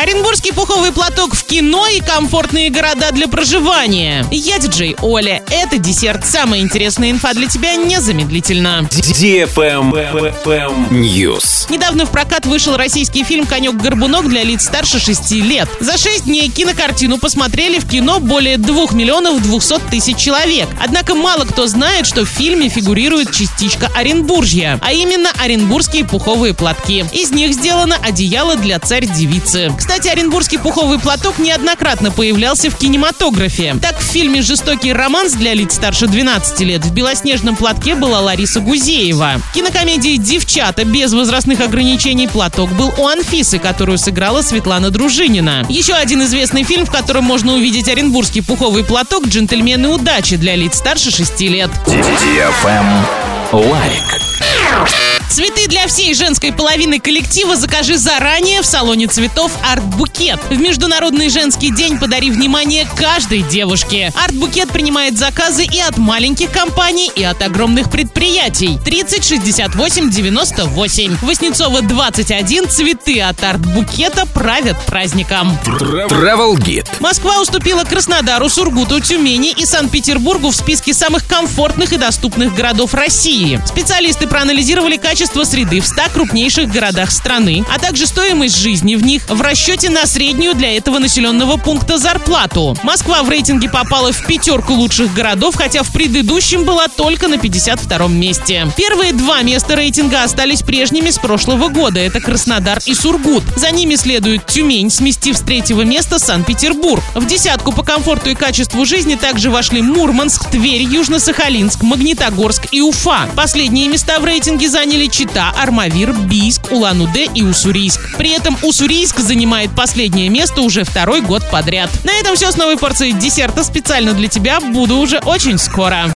Оренбургский пуховый платок в кино и комфортные города для проживания. Я диджей Оля. Это десерт. Самая интересная инфа для тебя незамедлительно. News. Недавно в прокат вышел российский фильм «Конек-горбунок» для лиц старше 6 лет. За 6 дней кинокартину посмотрели в кино более 2 миллионов 200 тысяч человек. Однако мало кто знает, что в фильме фигурирует частичка Оренбуржья, а именно оренбургские пуховые платки. Из них сделано одеяло для царь-девицы. Кстати, оренбургский пуховый платок неоднократно появлялся в кинематографе. Так, в фильме «Жестокий романс» для лиц старше 12 лет в белоснежном платке была Лариса Гузеева. В кинокомедии «Девчата» без возрастных ограничений платок был у Анфисы, которую сыграла Светлана Дружинина. Еще один известный фильм, в котором можно увидеть оренбургский пуховый платок «Джентльмены удачи» для лиц старше 6 лет. Лайк. Цветы для всей женской половины коллектива закажи заранее в салоне цветов «Арт-букет». В Международный женский день подари внимание каждой девушке. «Арт-букет» принимает заказы и от маленьких компаний, и от огромных предприятий. 30 68 98. Васнецова, 21. Цветы от «Арт-букета» правят праздником. Travel Guide. Москва уступила Краснодару, Сургуту, Тюмени и Санкт-Петербургу в списке самых комфортных и доступных городов России. Специалисты проанализировали качество среды в 100 крупнейших городах страны, а также стоимость жизни в них в расчете на среднюю для этого населенного пункта зарплату. Москва в рейтинге попала в 5 лучших городов, хотя в предыдущем была только на 52-м месте. Первые 2 места рейтинга остались прежними с прошлого года. Это Краснодар и Сургут. За ними следует Тюмень, сместив с 3-го места Санкт-Петербург. В десятку по комфорту и качеству жизни также вошли Мурманск, Тверь, Южно-Сахалинск, Магнитогорск и Уфа. Последние места в рейтинге заняли Чита, Армавир, Бийск, Улан-Удэ и Уссурийск. При этом Уссурийск занимает последнее место уже 2-й год подряд. На этом все с новой порцией десерта специально для тебя. Буду уже очень скоро.